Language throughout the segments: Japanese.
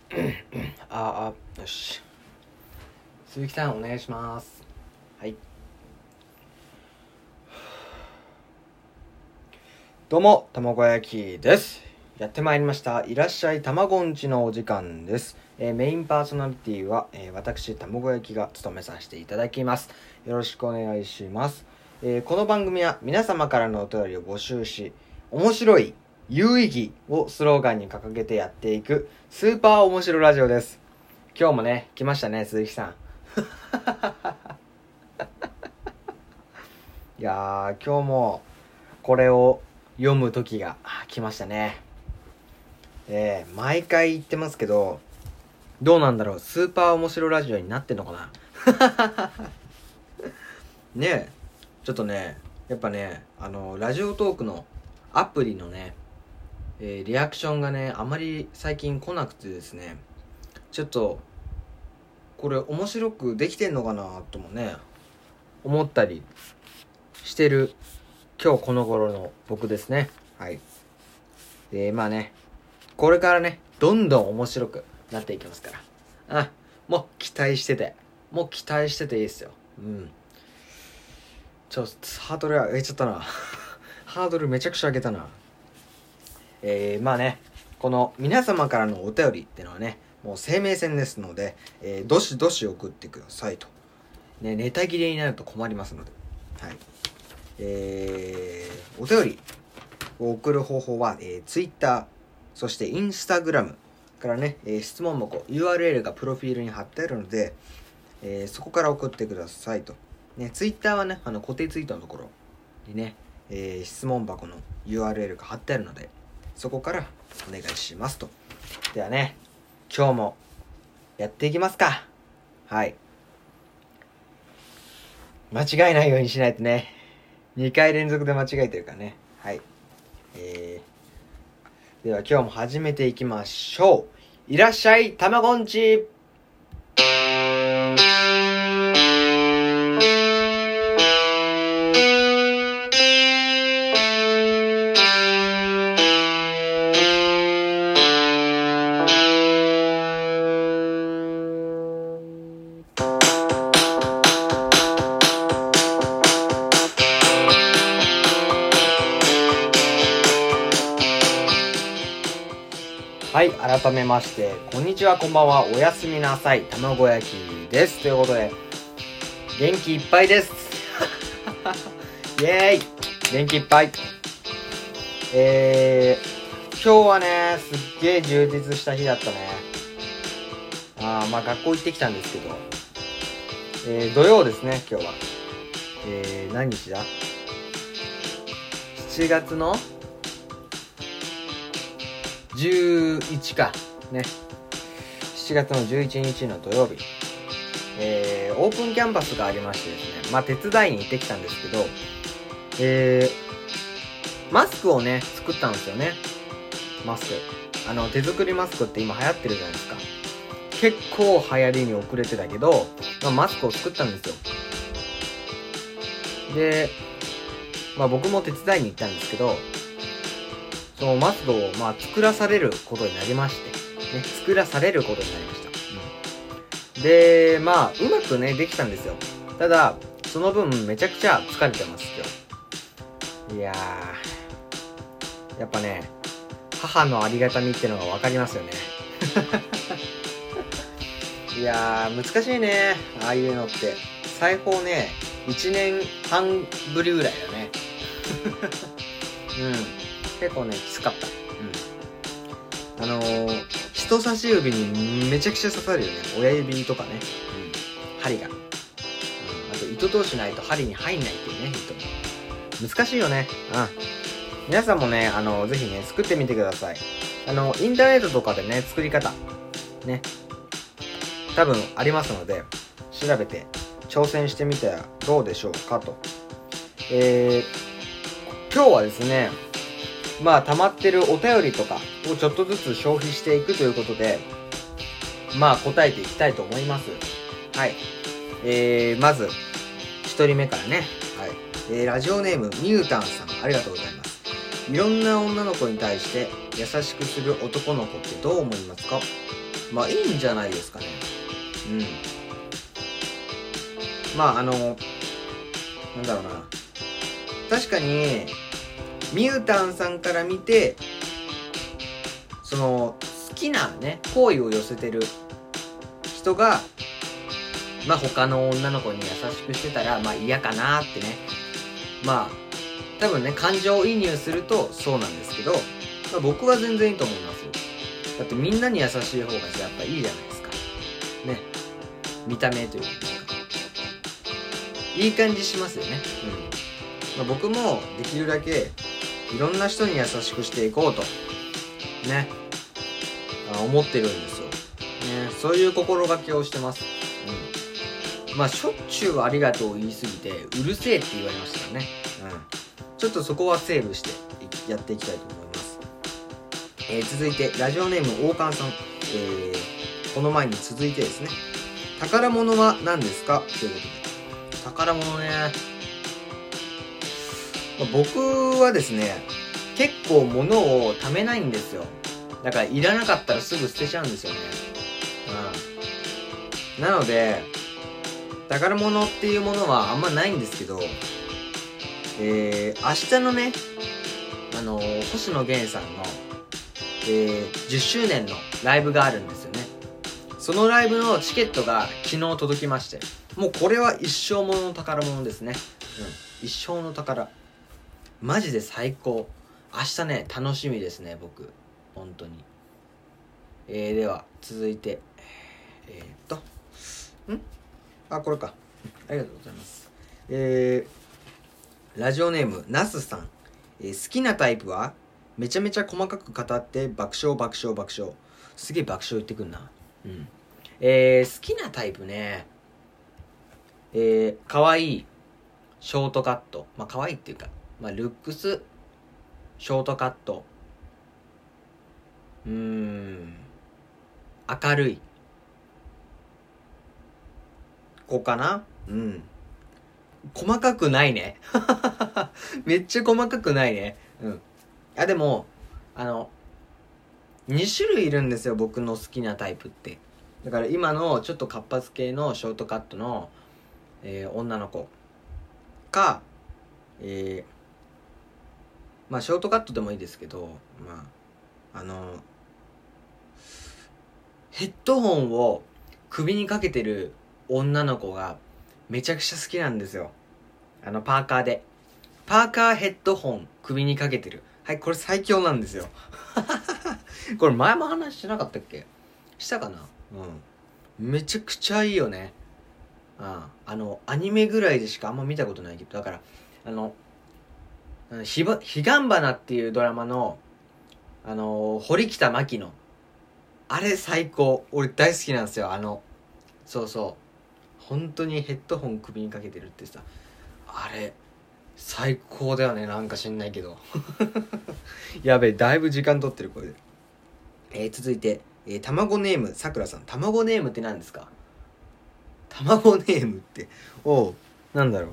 よし。鈴木さんお願いします。はい。どうも、卵焼きです。やってまいりました。いらっしゃい卵んちのお時間です。メインパーソナリティは、私、卵焼きが務めさせていただきます。よろしくお願いします。この番組は皆様からのお便りを募集し、面白い、有意義をスローガンに掲げてやっていくスーパー面白ラジオです。今日もね、来ましたね、鈴木さん。いやー、今日もこれを読む時が来ましたね。毎回言ってますけど、どうなんだろう、スーパー面白ラジオになってんのかな。ねえ、ちょっとね、やっぱね、ラジオトークのアプリのね、リアクションがね、あまり最近来なくてですね、ちょっとこれ面白くできてんのかなともね、思ったりしてる今日この頃の僕ですね。はい。で、まあね、これからね、どんどん面白くなっていきますから。もう期待してていいですよ。うん。ハードル上げちゃったな。ハードルめちゃくちゃ上げたな。まあね、この皆様からのお便りってのはね、もう生命線ですので、どしどし送ってくださいと。ね、ネタ切れになると困りますので。はい。お便りを送る方法は、Twitter、そして Instagram からね、質問箱、URL がプロフィールに貼ってあるので、そこから送ってくださいと。ね、Twitter はね、固定ツイートのところにね、質問箱の URL が貼ってあるので、そこからお願いしますと。ではね、今日もやっていきますか。はい。間違えないようにしないとね。2回連続で間違えてるからね。はい。では今日も始めていきましょう。いらっしゃい、たまごんち。はい、改めましてこんにちは、こんばんは、おやすみなさい、卵焼きです。ということで元気いっぱいです。イエーイ、元気いっぱい。今日はね、すっげー充実した日だったね。まあ学校行ってきたんですけど、土曜ですね、今日は。何日だ、7月の11かね、7月の11日の土曜日、オープンキャンパスがありましてですね、まあ手伝いに行ってきたんですけど、マスクをね作ったんですよね。マスク、手作りマスクって今流行ってるじゃないですか。結構流行りに遅れてたけど、マスクを作ったんですよ。で、僕も手伝いに行ったんですけど、そのマスクを作らされることになりまして、ね、作らされることになりました。で、うまくねできたんですよ。ただその分めちゃくちゃ疲れてます今日。いやー、やっぱね、母のありがたみってのが分かりますよね。いやー、難しいね、ああいうのって。裁縫ね、1年半ぶりぐらいだね。結構ね、きつかった。人差し指にめちゃくちゃ刺さるよね。親指とかね。針が。あと糸通しないと針に入んないっていうね、糸。難しいよね。皆さんもね、ぜひね、作ってみてください。インターネットとかでね、作り方。ね。多分ありますので、調べて挑戦してみてはどうでしょうかと。今日はですね、溜まってるお便りとかをちょっとずつ消費していくということで、答えていきたいと思います。はい。まず1人目からね、はい。ラジオネームミュータンさん、ありがとうございます。いろんな女の子に対して優しくする男の子ってどう思いますか？ まあいいんじゃないですかね。まあなんだろうな、確かにミュータンさんから見てその好きなね好意を寄せてる人がまあ他の女の子に優しくしてたらまあ嫌かなってね、まあ多分ね感情移入するとそうなんですけど、まあ、僕は全然いいと思いますよ。だってみんなに優しい方がやっぱいいじゃないですかね。見た目というかいい感じしますよね。まあ、僕もできるだけいろんな人に優しくしていこうとね思ってるんですよ、ね、そういう心がけをしてます。まあしょっちゅうありがとう言いすぎてうるせえって言われましたからね。ちょっとそこはセーブしてやっていきたいと思います。続いてラジオネーム王冠さん、この前に続いてですね、宝物は何ですかということで。宝物ね、僕はですね結構物を貯めないんですよ。だからいらなかったらすぐ捨てちゃうんですよね。なので宝物っていうものはあんまないんですけど、明日のね星野源さんの、10周年のライブがあるんですよね。そのライブのチケットが昨日届きまして、もうこれは一生ものの宝物ですね。一生の宝、マジで最高。明日ね楽しみですね僕本当に。では続いてこれか。ありがとうございます。ラジオネームナスさん、好きなタイプはめちゃめちゃ細かく語って爆笑爆笑爆笑。すげえ爆笑言ってくんな。好きなタイプね、かわいいショートカット、まあかわいいっていうか、まあルックスショートカット、明るい子かな。細かくないねめっちゃ細かくないね。でも2種類いるんですよ僕の好きなタイプって。だから今のちょっと活発系のショートカットの、女の子か、まあショートカットでもいいですけど、まあヘッドホンを首にかけてる女の子がめちゃくちゃ好きなんですよ。パーカーでパーカーヘッドホン首にかけてる、はいこれ最強なんですよこれ前も話してなかったっけ、したかな。めちゃくちゃいいよね。アニメぐらいでしかあんま見たことないけど、だから彼岸花っていうドラマの堀北真希のあれ最高、俺大好きなんですよ。そうそう本当にヘッドホン首にかけてるってさ、あれ最高だよね。なんか知んないけどやべえだいぶ時間取ってるこれで。続いて、卵ネームさくらさん。卵ネームって何ですか。卵ネームってなんだろ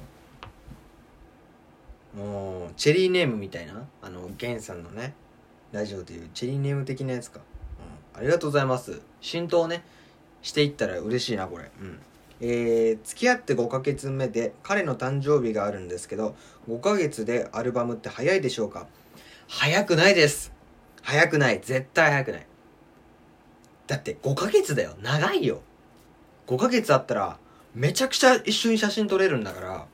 う、チェリーネームみたいな、ゲンさんのねラジオでいうチェリーネーム的なやつか。ありがとうございます。浸透ねしていったら嬉しいなこれ。付き合って5ヶ月目で彼の誕生日があるんですけど、5ヶ月でアルバムって早いでしょうか。早くないです。早くない、絶対早くない。だって5ヶ月だよ、長いよ。5ヶ月あったらめちゃくちゃ一緒に写真撮れるんだから、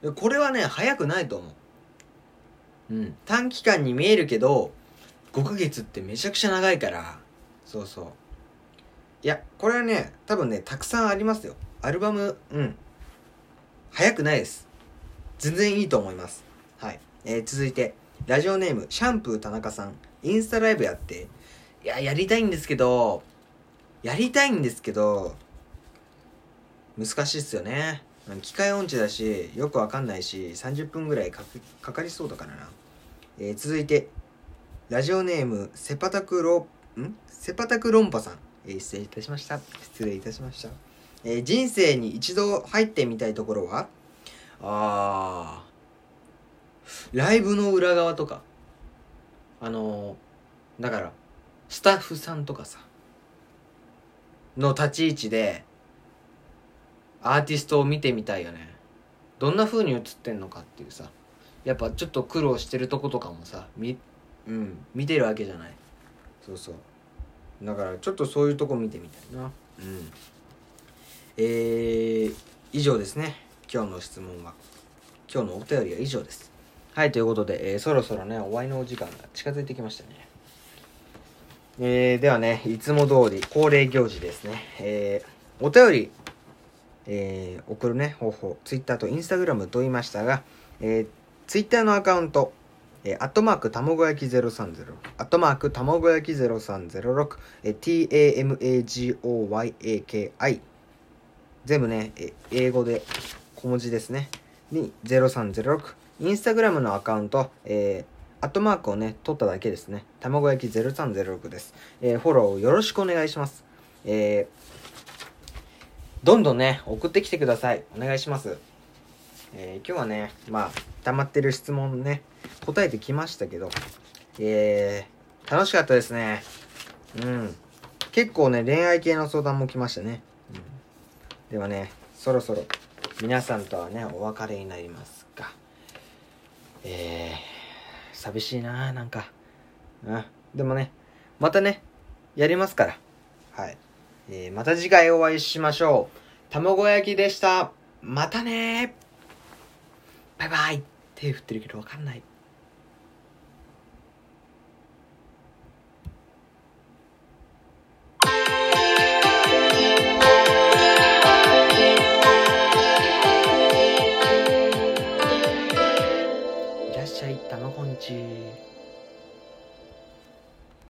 これはね早くないと思う。短期間に見えるけど5ヶ月ってめちゃくちゃ長いから。そうそう、いやこれはね多分ねたくさんありますよアルバム。早くないです。全然いいと思います。はい、続いてラジオネームシャンプー田中さん。インスタライブやって。やりたいんですけど難しいっすよね。機械音痴だしよくわかんないし30分ぐらいかかりそうだからな。続いてラジオネームセパタクロンパさん。失礼いたしました。人生に一度入ってみたいところはライブの裏側とか、だからスタッフさんとかさ、 の立ち位置でアーティストを見てみたいよね。どんな風に映ってんのかっていうさ、やっぱちょっと苦労してるとことかもさ見てるわけじゃない。そうそう、だからちょっとそういうとこ見てみたいな。以上ですね。今日の質問は、今日のお便りは以上です。はい、ということで、そろそろね終わりのお時間が近づいてきましたね。ではね、いつも通り恒例行事ですね。お便り、送るね方法、Twitter と Instagram と言いましたが、Twitter のアカウント、アットマークたまごやき0306、アットマークたまごやき0306、TAMAGOYAKI、全部ね、英語で小文字ですね。に0306、インスタグラムのアカウント、アットマークをね取っただけですね。たまごやき0306です。フォローよろしくお願いします。どんどんね送ってきてください。お願いします。今日はね溜まってる質問ね答えてきましたけど、楽しかったですね。結構ね恋愛系の相談も来ましたね。ではね、そろそろ皆さんとはねお別れになりますが、寂しいな、なんか。でもね、またねやりますから。はい。また次回お会いしましょう。卵焼きでした。またね。バイバイ。手振ってるけどわかんない。